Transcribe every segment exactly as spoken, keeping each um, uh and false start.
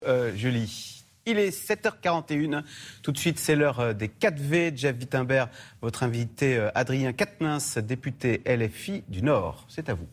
Euh, Julie. Il est sept heures quarante et une. Tout de suite, c'est l'heure des quatre V. Jeff Wittenberg, votre invité Adrien Quatennens, député L F I du Nord. C'est à vous.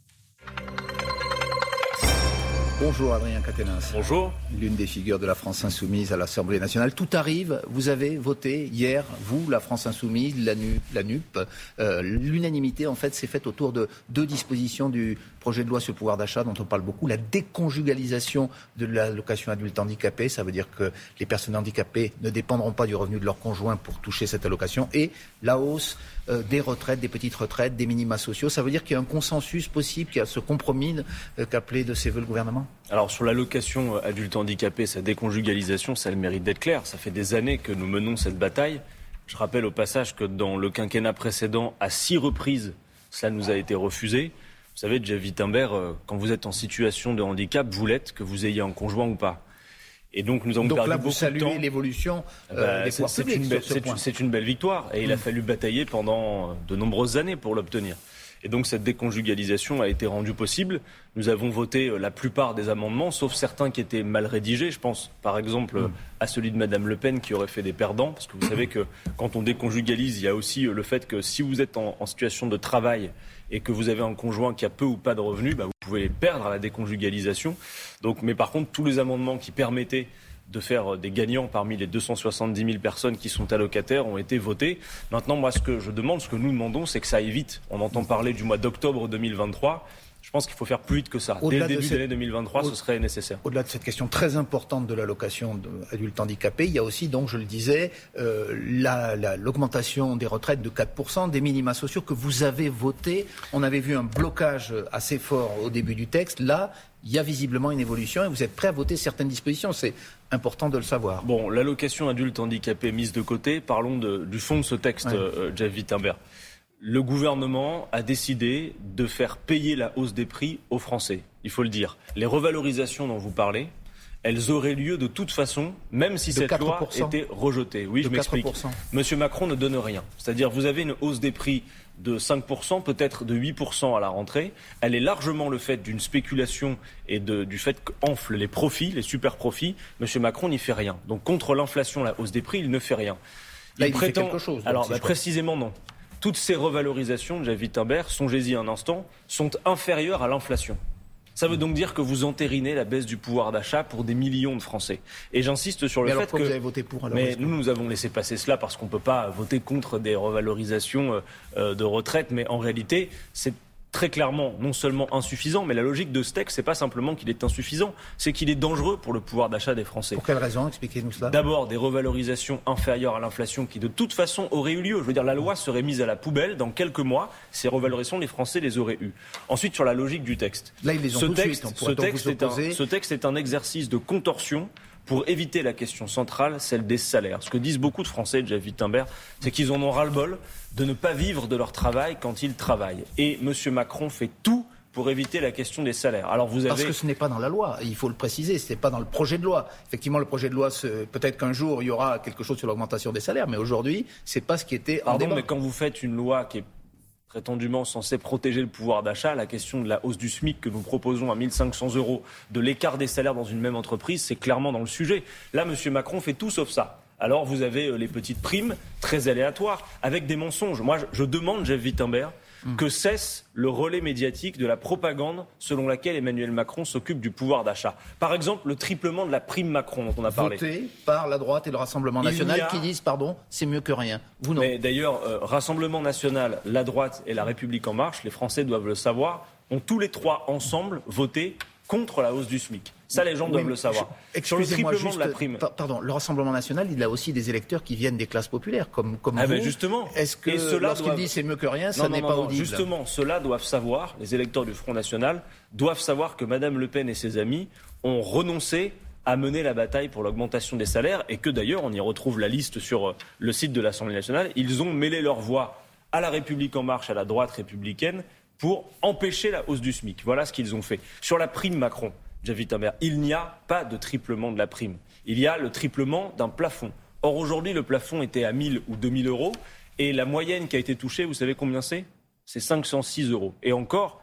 Bonjour Adrien Quatennens. Bonjour. L'une des figures de la France Insoumise à l'Assemblée nationale. Tout arrive, vous avez voté hier, vous, la France Insoumise, la, NU, la N U P. Euh, l'unanimité, en fait, s'est faite autour de deux dispositions du projet de loi sur le pouvoir d'achat dont on parle beaucoup. La déconjugalisation de l'allocation adulte handicapé, ça veut dire que les personnes handicapées ne dépendront pas du revenu de leur conjoint pour toucher cette allocation. Et la hausse euh, des retraites, des petites retraites, des minima sociaux. Ça veut dire qu'il y a un consensus possible, qu'il y a ce compromis euh, qu'appelait de ses voeux le gouvernement. Alors sur l'allocation adulte handicapé, sa déconjugalisation, ça a le mérite d'être clair. Ça fait des années que nous menons cette bataille. Je rappelle au passage que dans le quinquennat précédent, à six reprises, cela nous a été refusé. Vous savez, Jeff Wittenberg, quand vous êtes en situation de handicap, vous l'êtes, que vous ayez un conjoint ou pas. Et donc nous avons donc perdu là, beaucoup vous saluez de temps. l'évolution euh, bah, des pouvoirs publics une belle, sur ce c'est, point. Une, c'est une belle victoire et mmh. il a fallu batailler pendant de nombreuses années pour l'obtenir. Et donc cette déconjugalisation a été rendue possible. Nous avons voté la plupart des amendements, sauf certains qui étaient mal rédigés. Je pense par exemple mmh. à celui de Madame Le Pen qui aurait fait des perdants. Parce que vous savez que quand on déconjugalise, il y a aussi le fait que si vous êtes en, en situation de travail et que vous avez un conjoint qui a peu ou pas de revenus, bah vous pouvez les perdre à la déconjugalisation. Donc, mais par contre, tous les amendements qui permettaient de faire des gagnants parmi les deux cent soixante-dix mille personnes qui sont allocataires ont été votés. Maintenant, moi, ce que je demande, ce que nous demandons, c'est que ça aille vite. On entend parler du mois d'octobre deux mille vingt-trois. Je pense qu'il faut faire plus vite que ça. Au-delà Dès le début de, cette... de l'année deux mille vingt-trois, Au... ce serait nécessaire. Au-delà de cette question très importante de l'allocation adulte handicapé, il y a aussi, donc, je le disais, euh, la, la, l'augmentation des retraites de quatre pour cent, des minima sociaux que vous avez voté. On avait vu un blocage assez fort au début du texte. Là, il y a visiblement une évolution et vous êtes prêt à voter certaines dispositions. C'est important de le savoir. Bon, l'allocation adulte handicapé mise de côté, parlons de, du fond de ce texte, ouais. euh, Jeff Wittenberg. Le gouvernement a décidé de faire payer la hausse des prix aux Français, il faut le dire. Les revalorisations dont vous parlez, elles auraient lieu de toute façon, même si de cette quatre pour cent. Loi était rejetée. Oui, de je m'explique. quatre pour cent. Monsieur Macron ne donne rien. C'est-à-dire, vous avez une hausse des prix de cinq pour cent, peut-être de huit pour cent à la rentrée. Elle est largement le fait d'une spéculation et de, du fait qu'enflent les profits, les super profits. Monsieur Macron n'y fait rien. Donc, contre l'inflation, la hausse des prix, il ne fait rien. Là, il, il prétend... fait quelque chose. Donc, Alors, si bah, précisément, non. Toutes ces revalorisations, Jeff Wittenberg, songez-y un instant, sont inférieures à l'inflation. Ça veut donc dire que vous entérinez la baisse du pouvoir d'achat pour des millions de Français. Et j'insiste sur le mais fait alors, que... vous avez voté pour, alors, mais nous, nous avons laissé passer cela parce qu'on ne peut pas voter contre des revalorisations euh, de retraite. Mais en réalité, c'est très clairement non seulement insuffisant, mais la logique de ce texte, c'est pas simplement qu'il est insuffisant, c'est qu'il est dangereux pour le pouvoir d'achat des Français. Pour quelle raison ? Expliquez-nous cela. D'abord, des revalorisations inférieures à l'inflation qui, de toute façon, auraient eu lieu. Je veux dire, la loi serait mise à la poubelle. Dans quelques mois, ces revalorisations, les Français les auraient eues. Ensuite, sur la logique du texte. Là, ils les ont ce tout texte, de suite. Ce texte, est un, ce texte est un exercice de contorsion pour éviter la question centrale, celle des salaires. Ce que disent beaucoup de Français, Jeff Wittenberg, c'est qu'ils en ont ras-le-bol de ne pas vivre de leur travail quand ils travaillent. Et M. Macron fait tout pour éviter la question des salaires. Alors vous avez... Parce que ce n'est pas dans la loi, il faut le préciser, ce n'est pas dans le projet de loi. Effectivement, le projet de loi, peut-être qu'un jour, il y aura quelque chose sur l'augmentation des salaires, mais aujourd'hui, ce n'est pas ce qui était en Pardon, débat. Mais quand vous faites une loi qui est prétendument censée protéger le pouvoir d'achat, la question de la hausse du SMIC que nous proposons à mille cinq cents euros, de l'écart des salaires dans une même entreprise, c'est clairement dans le sujet. Là, M. Macron fait tout sauf ça. Alors vous avez les petites primes très aléatoires, avec des mensonges. Moi, je demande, Jeff Wittenberg, mmh. que cesse le relais médiatique de la propagande selon laquelle Emmanuel Macron s'occupe du pouvoir d'achat. Par exemple, le triplement de la prime Macron dont on a parlé. Voté par la droite et le Rassemblement national a... qui disent, pardon, c'est mieux que rien. Vous non. Mais d'ailleurs, euh, Rassemblement national, la droite et la République en marche, les Français doivent le savoir, ont tous les trois ensemble voté contre la hausse du SMIC. Ça, les gens oui, doivent le savoir. Je, Sur le triplement juste, de la prime. Pardon, le Rassemblement national, il a aussi des électeurs qui viennent des classes populaires, comme, comme ah vous. Ben justement. Est-ce que lorsqu'il doivent... dit c'est mieux que rien, non, ça non, n'est non, pas non, audible ? Justement, ceux-là doivent savoir, les électeurs du Front National, doivent savoir que Mme Le Pen et ses amis ont renoncé à mener la bataille pour l'augmentation des salaires et que d'ailleurs, on y retrouve la liste sur le site de l'Assemblée nationale, ils ont mêlé leur voix à la République en marche, à la droite républicaine, pour empêcher la hausse du SMIC. Voilà ce qu'ils ont fait. Sur la prime Macron, Jeff Wittenberg, il n'y a pas de triplement de la prime. Il y a le triplement d'un plafond. Or, aujourd'hui, le plafond était à mille ou deux mille euros et la moyenne qui a été touchée, vous savez combien c'est ? C'est cinq cent six euros. Et encore,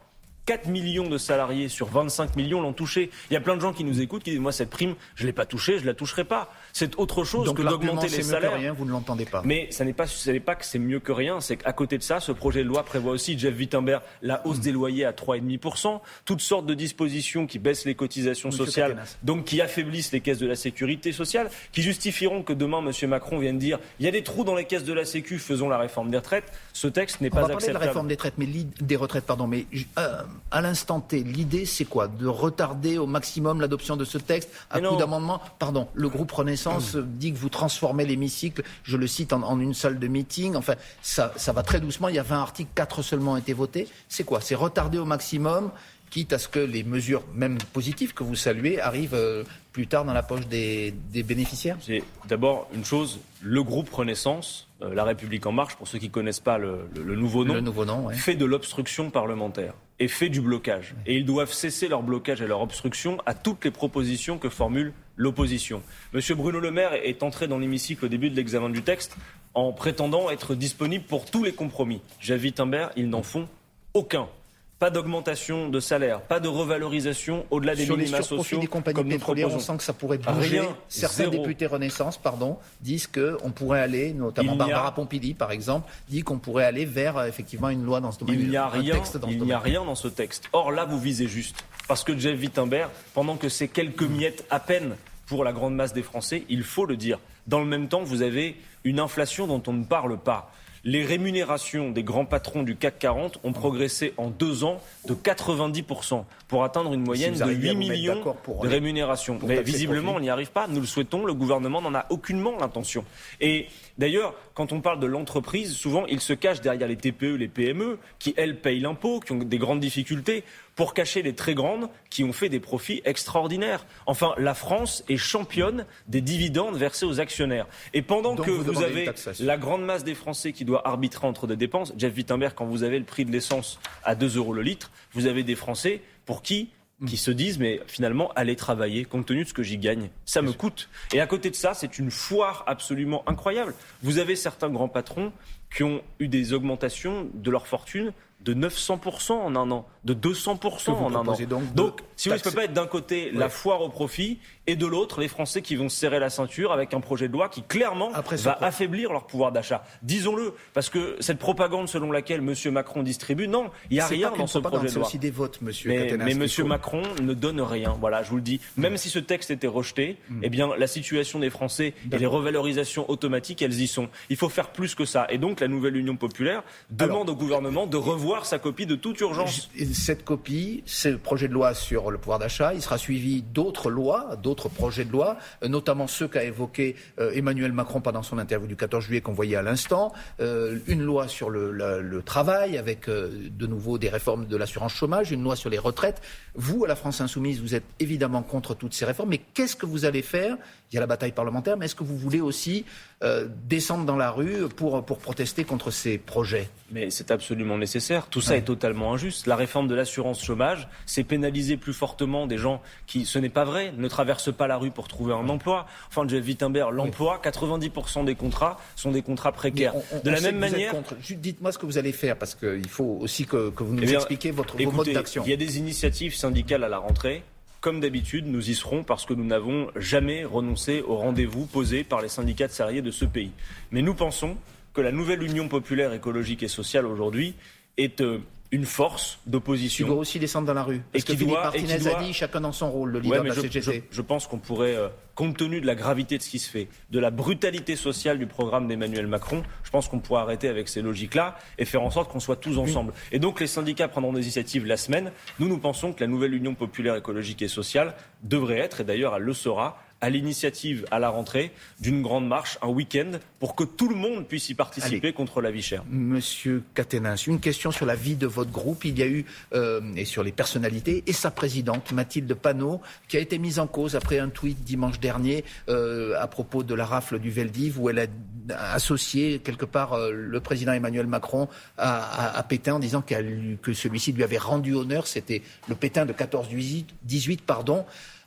quatre millions de salariés sur vingt-cinq millions l'ont touché. Il y a plein de gens qui nous écoutent qui disent moi cette prime je ne l'ai pas touchée, je ne la toucherai pas. C'est autre chose Donc, que d'augmenter les c'est salaires. Mieux que rien, vous ne l'entendez pas. Mais ça n'est pas, ce n'est pas que c'est mieux que rien, c'est qu'à côté de ça, ce projet de loi prévoit aussi, Jeff Wittenberg, la hausse mmh. des loyers à trois virgule cinq pour cent, toutes sortes de dispositions qui baissent les cotisations Monsieur sociales, Caténas. Donc qui affaiblissent les caisses de la sécurité sociale, qui justifieront que demain M. Macron vienne dire il y a des trous dans les caisses de la Sécu, faisons la réforme des retraites. Ce texte n'est On pas va acceptable. Parler de la réforme des retraites, mais des retraites, pardon, mais euh, à l'instant T, l'idée c'est quoi? De retarder au maximum l'adoption de ce texte à coup d'amendement. Pardon, le groupe Renaissance mmh. dit que vous transformez l'hémicycle, je le cite, en, en une salle de meeting. Enfin, ça, ça va très doucement. Il y a vingt articles, quatre seulement ont été votés. C'est quoi? C'est retarder au maximum, quitte à ce que les mesures, même positives que vous saluez, arrivent euh, plus tard dans la poche des, des bénéficiaires? C'est d'abord une chose, le groupe Renaissance, euh, La République En Marche, pour ceux qui ne connaissent pas le, le, le nouveau nom, le nouveau nom ouais. fait de l'obstruction parlementaire et fait du blocage. Et ils doivent cesser leur blocage et leur obstruction à toutes les propositions que formule l'opposition. Monsieur Bruno Le Maire est entré dans l'hémicycle au début de l'examen du texte en prétendant être disponible pour tous les compromis. Jeff Wittenberg, ils n'en font aucun. Pas d'augmentation de salaire, pas de revalorisation au-delà des Sur minima les sociaux. des compagnies comme nous pétrolières, on sent que ça pourrait bouger. Rien, Certains zéro. députés Renaissance, pardon, disent qu'on pourrait aller, notamment Barbara Pompili, par exemple, dit qu'on pourrait aller vers effectivement une loi dans ce domaine. Il n'y a rien, dans il n'y a rien dans ce texte. Or là, vous visez juste, parce que Jeff Wittenberg, pendant que c'est quelques miettes à peine pour la grande masse des Français, il faut le dire. Dans le même temps, vous avez une inflation dont on ne parle pas. Les rémunérations des grands patrons du C A C quarante ont progressé en deux ans de quatre-vingt-dix pour cent pour atteindre une moyenne si de huit millions de rémunérations. Mais visiblement, on n'y arrive pas. Nous le souhaitons. Le gouvernement n'en a aucunement l'intention. Et d'ailleurs, quand on parle de l'entreprise, souvent, il se cache derrière les T P E, les P M E, qui, elles, payent l'impôt, qui ont des grandes difficultés, pour cacher les très grandes qui ont fait des profits extraordinaires. Enfin, la France est championne des dividendes versés aux actionnaires. Et pendant Donc que vous, vous avez la grande masse des Français qui doit arbitrer entre des dépenses, Jeff Wittenberg, quand vous avez le prix de l'essence à deux euros le litre, vous avez des Français pour qui qui se disent, mais finalement, aller travailler, compte tenu de ce que j'y gagne, ça me coûte. Et à côté de ça, c'est une foire absolument incroyable. Vous avez certains grands patrons qui ont eu des augmentations de leur fortune de neuf cents pour cent en un an, de deux cents pour cent en un an. Donc, donc si vous voulez, ça peut pas être d'un côté ouais. la foire au profit et de l'autre les Français qui vont se serrer la ceinture avec un projet de loi qui clairement Après, va quoi. affaiblir leur pouvoir d'achat. Disons-le, parce que cette propagande selon laquelle M. Macron distribue, non, il n'y a c'est rien dans ce projet de loi. C'est aussi des votes, M. Mais, Caténas, mais M. Faut... Macron ne donne rien. Voilà, je vous le dis. Même mmh. si ce texte était rejeté, mmh. eh bien, la situation des Français D'accord. et les revalorisations automatiques, elles y sont. Il faut faire plus que ça. Et donc, la nouvelle Union populaire demande Alors, au gouvernement de revoir sa copie de toute urgence. Cette copie, c'est le projet de loi sur le pouvoir d'achat. Il sera suivi d'autres lois, d'autres projets de loi, notamment ceux qu'a évoqué euh, Emmanuel Macron pendant son interview du quatorze juillet qu'on voyait à l'instant. Euh, une loi sur le, la, le travail avec euh, de nouveau des réformes de l'assurance chômage, une loi sur les retraites. Vous, à la France Insoumise, vous êtes évidemment contre toutes ces réformes. Mais qu'est-ce que vous allez faire ? Il y a la bataille parlementaire, mais est-ce que vous voulez aussi euh, descendre dans la rue pour, pour protester contre ces projets ? Mais c'est absolument nécessaire. Tout ça ouais. est totalement injuste. La réforme de l'assurance chômage, c'est pénaliser plus fortement des gens qui, ce n'est pas vrai, ne traversent pas la rue pour trouver un emploi. Enfin, Jeff Wittenberg, l'emploi, quatre-vingt-dix pour cent des contrats sont des contrats précaires. On, on, de la même manière... Dites-moi ce que vous allez faire, parce qu'il faut aussi que, que vous nous eh bien, expliquiez votre, écoutez, vos modes d'action. Il y a des initiatives syndicales à la rentrée. Comme d'habitude, nous y serons parce que nous n'avons jamais renoncé au rendez-vous posé par les syndicats de salariés de ce pays. Mais nous pensons que la nouvelle Union populaire écologique et sociale aujourd'hui est euh, une force d'opposition. Qui doit aussi descendre dans la rue. Parce et que qui Philippe doit, Martinez doit... a dit chacun dans son rôle, le leader ouais, de la je, C G T. Je, je pense qu'on pourrait, euh, compte tenu de la gravité de ce qui se fait, de la brutalité sociale du programme d'Emmanuel Macron, je pense qu'on pourrait arrêter avec ces logiques-là et faire en sorte qu'on soit tous ensemble. Oui. Et donc les syndicats prendront des initiatives la semaine. Nous, nous pensons que la nouvelle Union populaire écologique et sociale devrait être, et d'ailleurs elle le sera, à l'initiative, à la rentrée, d'une grande marche, un week-end, pour que tout le monde puisse y participer Allez. contre la vie chère. Monsieur Caténas, une question sur la vie de votre groupe. Il y a eu, euh, et sur les personnalités, et sa présidente, Mathilde Panot, qui a été mise en cause après un tweet dimanche dernier euh, à propos de la rafle du Veldiv, où elle a associé quelque part euh, le président Emmanuel Macron à, à, à Pétain en disant qu'elle, que celui-ci lui avait rendu honneur. C'était le Pétain de quatorze dix-huit, pardon.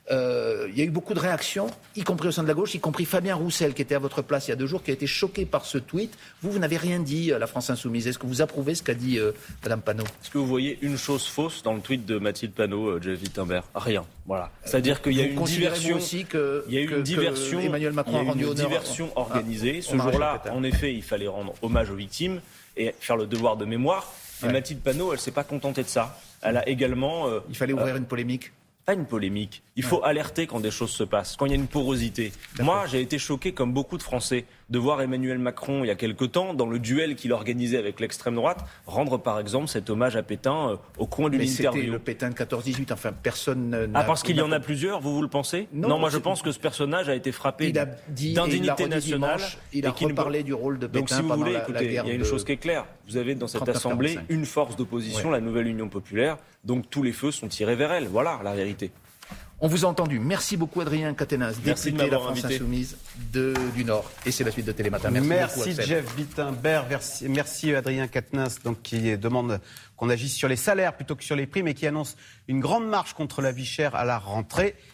Euh, il y a eu beaucoup de réactions, y compris au sein de la gauche, y compris Fabien Roussel, qui était à votre place il y a deux jours, qui a été choqué par ce tweet. Vous, vous n'avez rien dit à la France Insoumise. Est-ce que vous approuvez ce qu'a dit euh, Mme Panot ? Est-ce que vous voyez une chose fausse dans le tweet de Mathilde Panot, euh, Jeff Wittenberg ? Rien. Voilà. C'est-à-dire qu'il y a vous une diversion. Aussi que, il y a eu que, une diversion. Emmanuel Macron a rendu une honneur. diversion organisée. Ah, ce jour-là, en effet, il fallait rendre hommage aux victimes et faire le devoir de mémoire. Mais ouais. Mathilde Panot, elle s'est pas contentée de ça. Elle a également. Euh, il fallait ouvrir euh, une polémique. Pas une polémique. Il faut ouais. alerter quand des choses se passent, quand il y a une porosité. D'accord. Moi, j'ai été choqué, comme beaucoup de Français, de voir Emmanuel Macron, il y a quelque temps, dans le duel qu'il organisait avec l'extrême droite, rendre par exemple cet hommage à Pétain euh, au coin d'une Mais interview. C'était le Pétain de quatorze dix-huit, enfin personne n'a... Ah, parce qu'il y en a plusieurs, vous, vous le pensez ? Non, non moi je pense que ce personnage a été frappé il a dit, d'indignité il nationale. Dimanche, il a reparlé ne... du rôle de Pétain. Donc si vous pendant voulez, la, écoutez, la guerre il y a une de... chose qui est claire. Vous avez dans cette assemblée quarante-cinq une force d'opposition, ouais. la Nouvelle Union Populaire, donc tous les feux sont tirés vers elle. Voilà la vérité. On vous a entendu. Merci beaucoup Adrien Caténaz, député de, de la France invité. Insoumise de, du Nord. Et c'est la suite de Télématin. Merci, merci beaucoup, Jeff Wittenberg. Merci, merci Adrien Caténaz, donc qui demande qu'on agisse sur les salaires plutôt que sur les primes et qui annonce une grande marche contre la vie chère à la rentrée.